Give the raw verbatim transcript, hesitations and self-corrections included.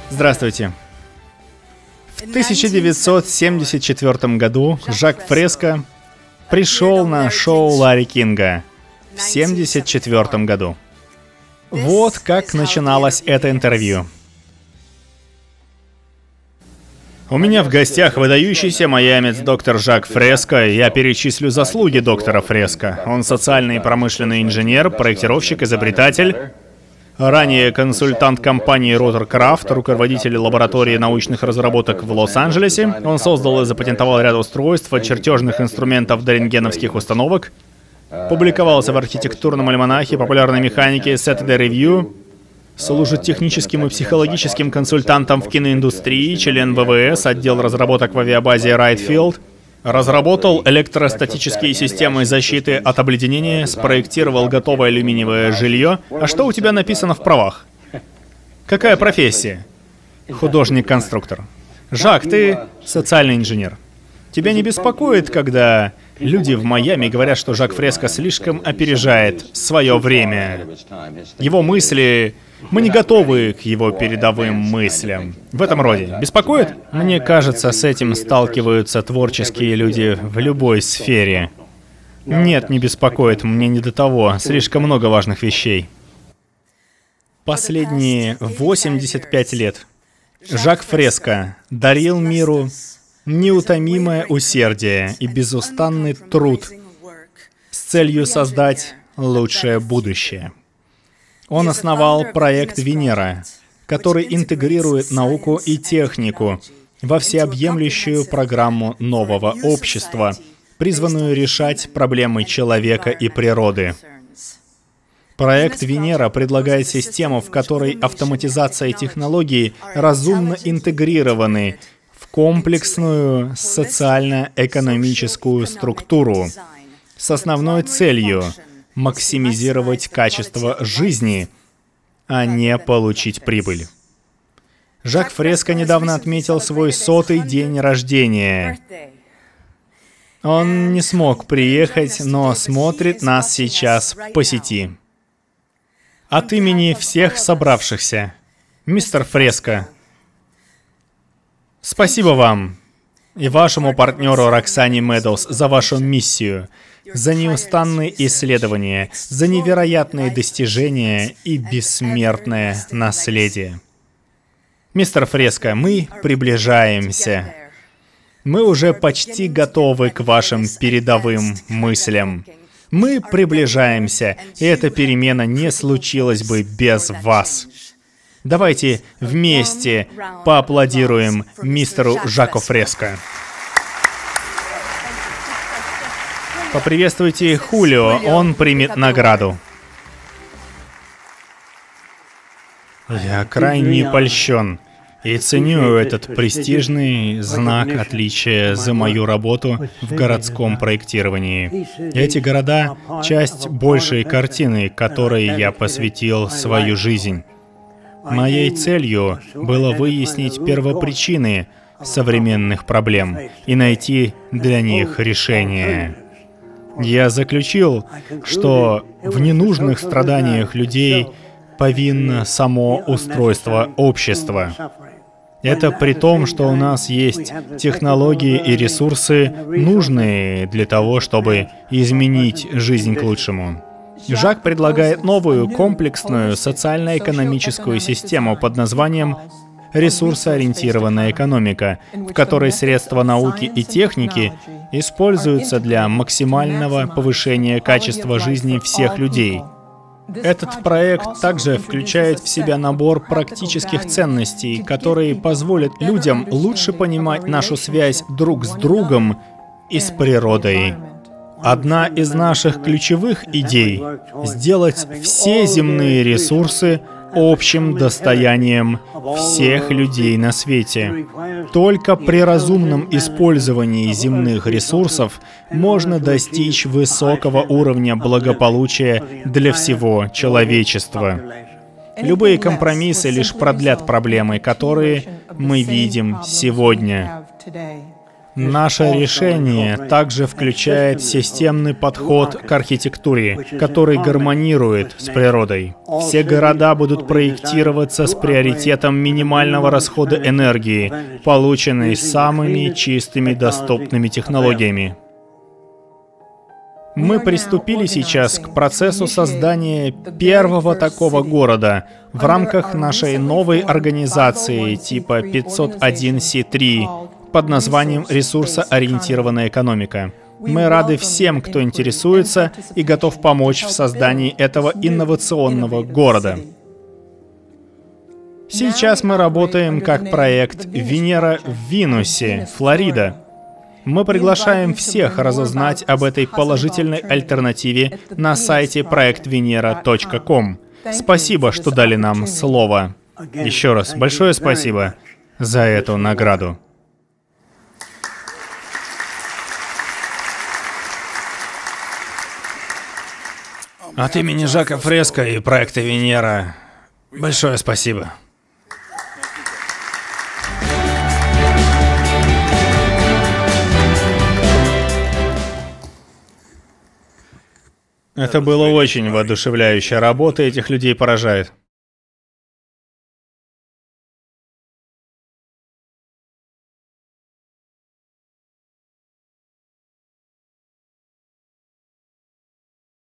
Здравствуйте. В тысяча девятьсот семьдесят четвёртом году Жак Фреско пришел на шоу Ларри Кинга. В семьдесят четвёртом году. Вот как начиналось это интервью. У меня в гостях выдающийся майамец доктор Жак Фреско. Я перечислю заслуги доктора Фреско. Он социальный и промышленный инженер, проектировщик, изобретатель. Ранее консультант компании Роторкрафт, руководитель лаборатории научных разработок в Лос-Анджелесе. Он создал и запатентовал ряд устройств, чертежных инструментов до рентгеновских установок. Публиковался в архитектурном альманахе популярной механики Saturday Review. Служит техническим и психологическим консультантом в киноиндустрии, член ВВС, отдел разработок в авиабазе Райтфилд. Разработал электростатические системы защиты от обледенения, спроектировал готовое алюминиевое жилье. А что у тебя написано в правах? Какая профессия? Художник-конструктор. Жак, ты социальный инженер. Тебя не беспокоит, когда люди в Майами говорят, что Жак Фреско слишком опережает свое время? Его мысли... Мы не готовы к его передовым мыслям. В этом роде. Беспокоит? Мне кажется, с этим сталкиваются творческие люди в любой сфере. Нет, не беспокоит, мне не до того. Слишком много важных вещей. Последние восемьдесят пять лет Жак Фреско дарил миру неутомимое усердие и безустанный труд с целью создать лучшее будущее. Он основал проект «Венера», который интегрирует науку и технику во всеобъемлющую программу нового общества, призванную решать проблемы человека и природы. Проект «Венера» предлагает систему, в которой автоматизация и технологии разумно интегрированы в комплексную социально-экономическую структуру с основной целью максимизировать качество жизни, а не получить прибыль. Жак Фреско недавно отметил свой сотый день рождения. Он не смог приехать, но смотрит нас сейчас по сети. От имени всех собравшихся, мистер Фреско, спасибо вам и вашему партнеру Роксане Медоуз за вашу миссию, за неустанные исследования, за невероятные достижения и бессмертное наследие. Мистер Фреско, мы приближаемся. Мы уже почти готовы к вашим передовым мыслям. Мы приближаемся, и эта перемена не случилась бы без вас. Давайте вместе поаплодируем мистеру Жаку Фреско. Поприветствуйте Хулио, он примет награду. Я крайне польщен и ценю этот престижный знак отличия за мою работу в городском проектировании. Эти города — часть большей картины, которой я посвятил свою жизнь. Моей целью было выяснить первопричины современных проблем и найти для них решение. Я заключил, что в ненужных страданиях людей повинно само устройство общества. Это при том, что у нас есть технологии и ресурсы, нужные для того, чтобы изменить жизнь к лучшему. Жак предлагает новую комплексную социально-экономическую систему под названием ресурсоориентированная экономика, в которой средства науки и техники используются для максимального повышения качества жизни всех людей. Этот проект также включает в себя набор практических ценностей, которые позволят людям лучше понимать нашу связь друг с другом и с природой. Одна из наших ключевых идей — сделать все земные ресурсы общим достоянием всех людей на свете. Только при разумном использовании земных ресурсов можно достичь высокого уровня благополучия для всего человечества. Любые компромиссы лишь продлят проблемы, которые мы видим сегодня. Наше решение также включает системный подход к архитектуре, который гармонирует с природой. Все города будут проектироваться с приоритетом минимального расхода энергии, полученной самыми чистыми доступными технологиями. Мы приступили сейчас к процессу создания первого такого города в рамках нашей новой организации типа пятьсот один Си три под названием «Ресурсоориентированная экономика». Мы рады всем, кто интересуется и готов помочь в создании этого инновационного города. Сейчас мы работаем как проект «Венера в Винусе», Флорида. Мы приглашаем всех разузнать об этой положительной альтернативе на сайте проект венера точка ком. Спасибо, что дали нам слово. Еще раз большое спасибо за эту награду. От имени Жака Фреско и проекта Венера большое спасибо. Это было очень воодушевляюще. Работа этих людей поражает.